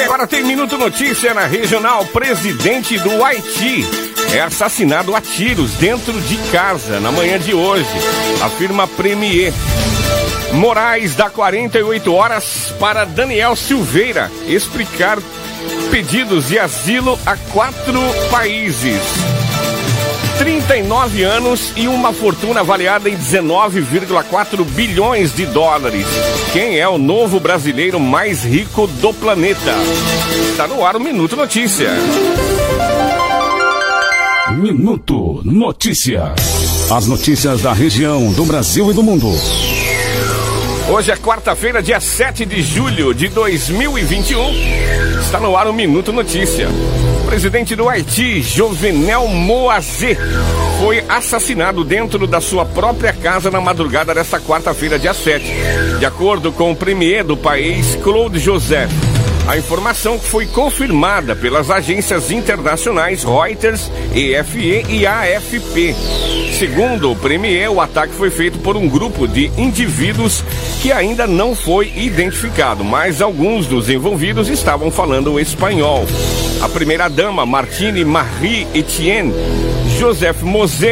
Agora tem Minuto Notícia na Regional. Presidente do Haiti é assassinado a tiros dentro de casa na manhã de hoje, afirma Premier. Moraes dá 48 horas para Daniel Silveira explicar pedidos de asilo a 4 países. 39 anos e uma fortuna avaliada em 19,4 bilhões de dólares. Quem é o novo brasileiro mais rico do planeta? Está no ar o Minuto Notícia. Minuto Notícia. As notícias da região, do Brasil e do mundo. Hoje é quarta-feira, dia 7 de julho de 2021. Está no ar o Minuto Notícia. O presidente do Haiti, Jovenel Moïse, foi assassinado dentro da sua própria casa na madrugada desta quarta-feira, dia 7. De acordo com o premier do país, Claude Joseph, a informação foi confirmada pelas agências internacionais Reuters, EFE e AFP. Segundo o premier, o ataque foi feito por um grupo de indivíduos que ainda não foi identificado, mas alguns dos envolvidos estavam falando espanhol. A primeira-dama, Martine Marie-Etienne Joseph Moïse,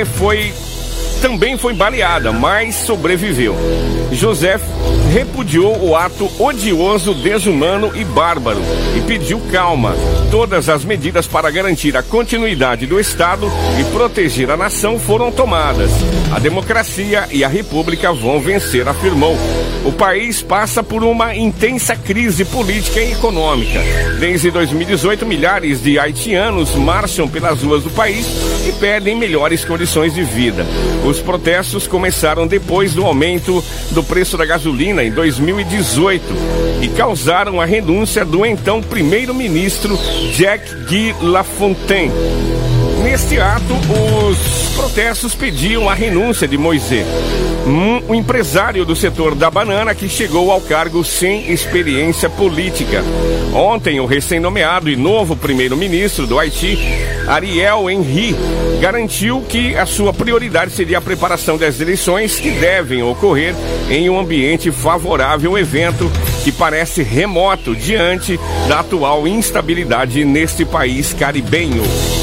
também foi baleada, mas sobreviveu. Joseph repudiou o ato odioso, desumano e bárbaro e pediu calma. Todas as medidas para garantir a continuidade do Estado e proteger a nação foram tomadas. A democracia e a república vão vencer, afirmou. O país passa por uma intensa crise política e econômica. Desde 2018, milhares de haitianos marcham pelas ruas do país e pedem melhores condições de vida. Os protestos começaram depois do aumento do preço da gasolina em 2018 e causaram a renúncia do então primeiro-ministro Jacques Lafontaine. Neste ato, os protestos pediam a renúncia de Moïse, um empresário do setor da banana que chegou ao cargo sem experiência política. Ontem, o recém-nomeado e novo primeiro-ministro do Haiti, Ariel Henry, garantiu que a sua prioridade seria a preparação das eleições que devem ocorrer em um ambiente favorável ao evento que parece remoto diante da atual instabilidade neste país caribenho.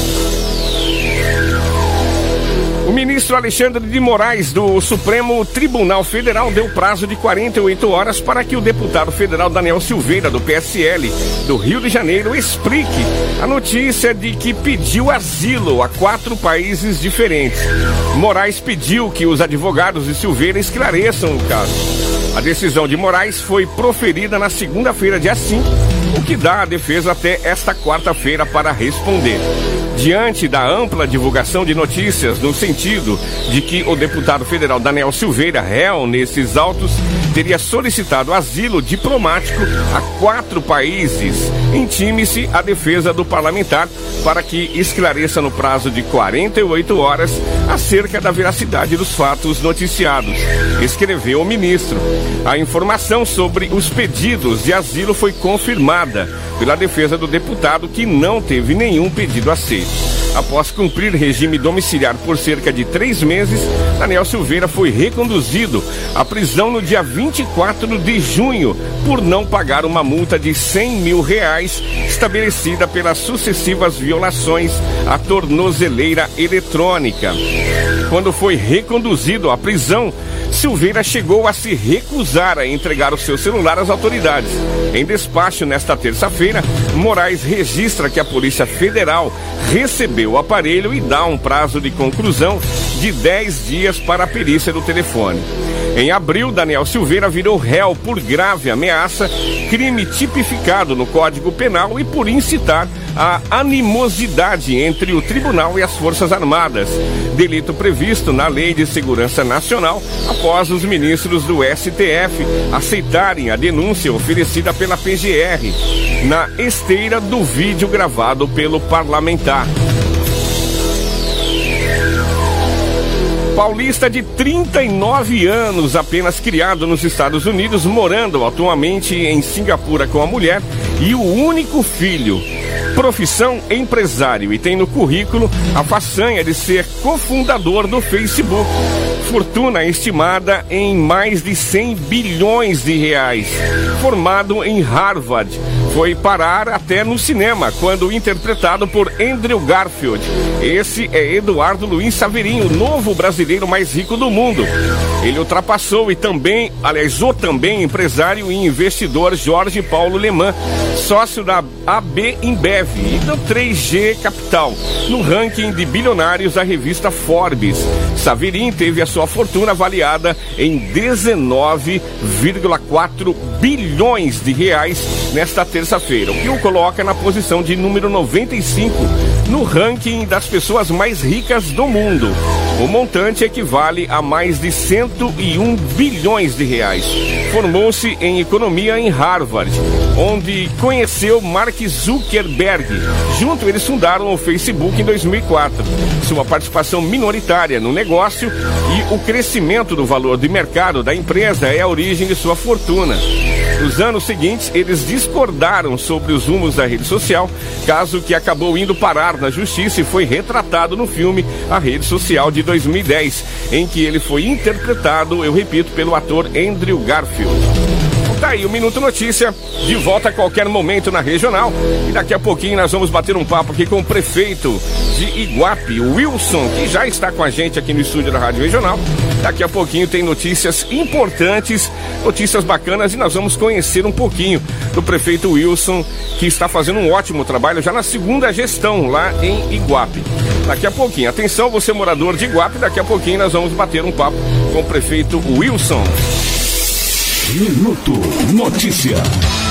O ministro Alexandre de Moraes, do Supremo Tribunal Federal, deu prazo de 48 horas para que o deputado federal Daniel Silveira, do PSL do Rio de Janeiro, explique a notícia de que pediu asilo a 4 países diferentes. Moraes pediu que os advogados de Silveira esclareçam o caso. A decisão de Moraes foi proferida na segunda-feira, dia 5, o que dá à defesa até esta quarta-feira para responder. Diante da ampla divulgação de notícias no sentido de que o deputado federal Daniel Silveira, réu nesses autos, teria solicitado asilo diplomático a 4 países, intime-se a defesa do parlamentar para que esclareça no prazo de 48 horas acerca da veracidade dos fatos noticiados, escreveu o ministro. A informação sobre os pedidos de asilo foi confirmada pela defesa do deputado, que não teve nenhum pedido aceito. Após cumprir regime domiciliar por cerca de 3 meses, Daniel Silveira foi reconduzido à prisão no dia 24 de junho por não pagar uma multa de R$100 mil estabelecida pelas sucessivas violações à tornozeleira eletrônica. Quando foi reconduzido à prisão, Silveira chegou a se recusar a entregar o seu celular às autoridades. Em despacho nesta terça-feira, Moraes registra que a Polícia Federal recebeu o aparelho e dá um prazo de conclusão de 10 dias para a perícia do telefone. Em abril, Daniel Silveira virou réu por grave ameaça, crime tipificado no Código Penal, e por incitar a animosidade entre o Tribunal e as Forças Armadas, delito previsto na Lei de Segurança Nacional, após os ministros do STF aceitarem a denúncia oferecida pela PGR, na esteira do vídeo gravado pelo parlamentar. Paulista de 39 anos, apenas criado nos Estados Unidos, morando atualmente em Singapura com a mulher e o único filho. Profissão empresário e tem no currículo a façanha de ser cofundador do Facebook. Fortuna estimada em mais de 100 bilhões de reais. Formado em Harvard, foi parar até no cinema, quando interpretado por Andrew Garfield. Esse é Eduardo Luiz Saverin, o novo brasileiro mais rico do mundo. Ele ultrapassou o também empresário e investidor Jorge Paulo Lemann, sócio da AB InBev e do 3G Capital, no ranking de bilionários da revista Forbes. Saverin teve a sua fortuna avaliada em 19,4 bilhões de reais nesta terça-feira, o que o coloca na posição de número 95 no ranking das pessoas mais ricas do mundo. O montante equivale a mais de 101 bilhões de reais. Formou-se em economia em Harvard, onde conheceu Mark Zuckerberg. Junto, eles fundaram o Facebook em 2004. Sua participação minoritária no negócio e o crescimento do valor de mercado da empresa é a origem de sua fortuna. Nos anos seguintes, eles discordaram sobre os rumos da rede social, caso que acabou indo parar na justiça e foi retratado no filme A Rede Social de 2010, em que ele foi interpretado, eu repito, pelo ator Andrew Garfield. Tá aí o Minuto Notícia, de volta a qualquer momento na Regional. E daqui a pouquinho nós vamos bater um papo aqui com o prefeito de Iguape, o Wilson, que já está com a gente aqui no estúdio da Rádio Regional. Daqui a pouquinho tem notícias importantes, notícias bacanas, e nós vamos conhecer um pouquinho do prefeito Wilson, que está fazendo um ótimo trabalho já na segunda gestão lá em Iguape. Daqui a pouquinho, atenção, você morador de Iguape, daqui a pouquinho nós vamos bater um papo com o prefeito Wilson. Minuto Notícia.